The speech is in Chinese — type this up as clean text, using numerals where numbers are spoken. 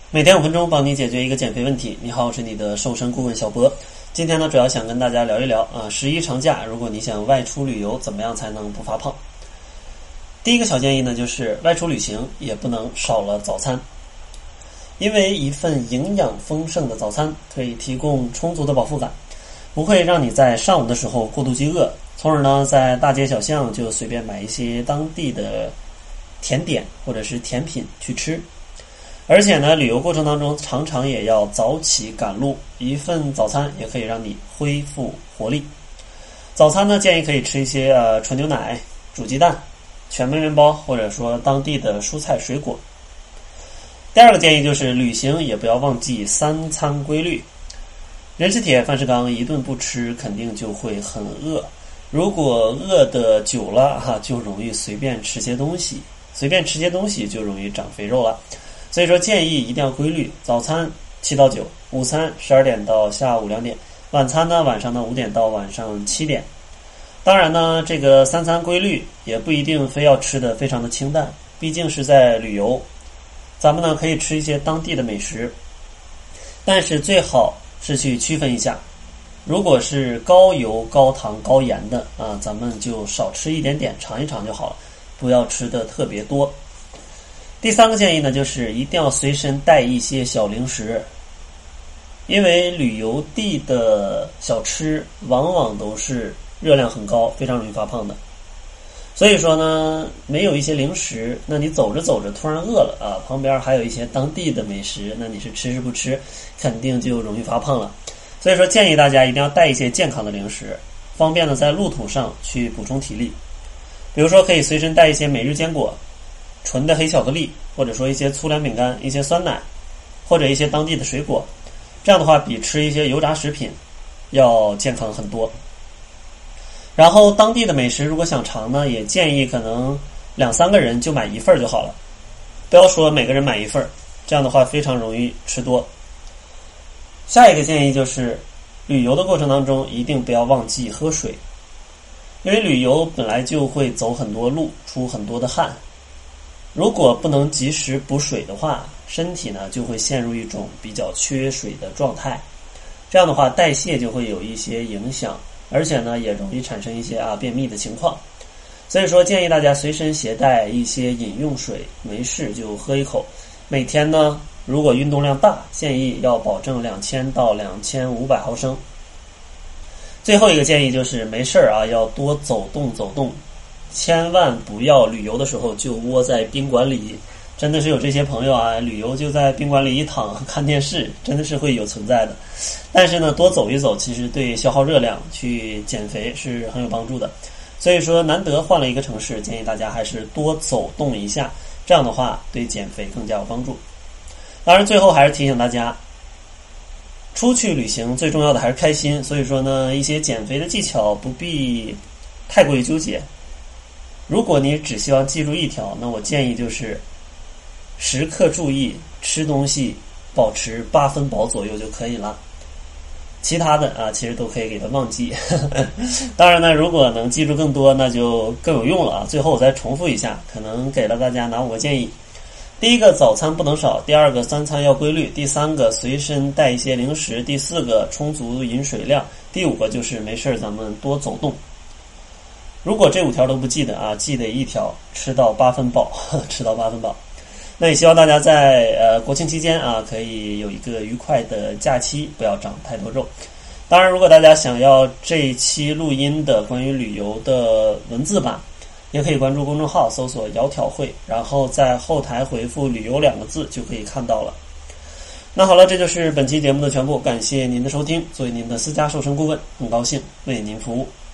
每天5分钟帮你解决一个减肥问题。你好，我是你的瘦身顾问小博。今天呢，主要想跟大家聊一聊11长假，如果你想外出旅游，怎么样才能不发胖？第一个小建议呢，就是外出旅行也不能少了早餐，因为一份营养丰盛的早餐可以提供充足的饱腹感，不会让你在上午的时候过度饥饿，从而呢在大街小巷就随便买一些当地的甜点或者是甜品去吃。而且呢，旅游过程当中常常也要早起赶路，一份早餐也可以让你恢复活力。早餐呢，建议可以吃一些纯牛奶、煮鸡蛋、全麦面包，或者说当地的蔬菜水果。第二个建议就是旅行也不要忘记3餐规律。人是铁，饭是钢，一顿不吃肯定就会很饿。如果饿得久了就容易随便吃些东西，就容易长肥肉了。所以说建议一定要规律，早餐7到9，午餐12点到下午2点，晚餐呢晚上的5点到晚上7点。当然呢，这个3餐规律也不一定非要吃得非常的清淡，毕竟是在旅游，咱们呢可以吃一些当地的美食，但是最好是去区分一下，如果是高油、高糖、高盐的咱们就少吃一点点，尝一尝就好了，不要吃的特别多。第3个建议呢，就是一定要随身带一些小零食，因为旅游地的小吃往往都是热量很高，非常容易发胖的。所以说呢，没有一些零食，那你走着走着突然饿了旁边还有一些当地的美食，那你是吃是不吃，肯定就容易发胖了。所以说建议大家一定要带一些健康的零食，方便呢在路途上去补充体力。比如说可以随身带一些每日坚果、纯的黑巧克力，或者说一些粗粮饼干、一些酸奶，或者一些当地的水果，这样的话比吃一些油炸食品要健康很多。然后当地的美食如果想尝呢，也建议可能2-3个人就买1份就好了，不要说每个人买1份，这样的话非常容易吃多。下一个建议就是旅游的过程当中一定不要忘记喝水，因为旅游本来就会走很多路，出很多的汗，如果不能及时补水的话，身体呢就会陷入一种比较缺水的状态，这样的话代谢就会有一些影响，而且呢也容易产生一些便秘的情况。所以说建议大家随身携带一些饮用水，没事就喝一口。每天呢如果运动量大，建议要保证2000到2500毫升。最后一个建议就是没事要多走动，千万不要旅游的时候就窝在宾馆里，真的是有这些朋友旅游就在宾馆里一躺看电视，真的是会有存在的。但是呢，多走一走其实对消耗热量去减肥是很有帮助的。所以说难得换了一个城市，建议大家还是多走动一下，这样的话对减肥更加有帮助。当然最后还是提醒大家，出去旅行最重要的还是开心，所以说呢一些减肥的技巧不必太过于纠结。如果你只希望记住一条，那我建议就是时刻注意吃东西保持8分饱左右就可以了，其他的其实都可以给它忘记当然呢，如果能记住更多那就更有用了最后我再重复一下，可能给了大家哪5个建议。第一个，早餐不能少；第二个，3餐要规律；第3个，随身带一些零食；第4个，充足饮水量；第5个就是没事咱们多走动。如果这5条都不记得记得1条，吃到8分饱吃到8分饱。那也希望大家在国庆期间可以有一个愉快的假期，不要长太多肉。当然如果大家想要这一期录音的关于旅游的文字版，也可以关注公众号搜索窈窕会，然后在后台回复旅游2个字就可以看到了。那好了，这就是本期节目的全部，感谢您的收听。作为您的私家瘦身顾问，很高兴为您服务。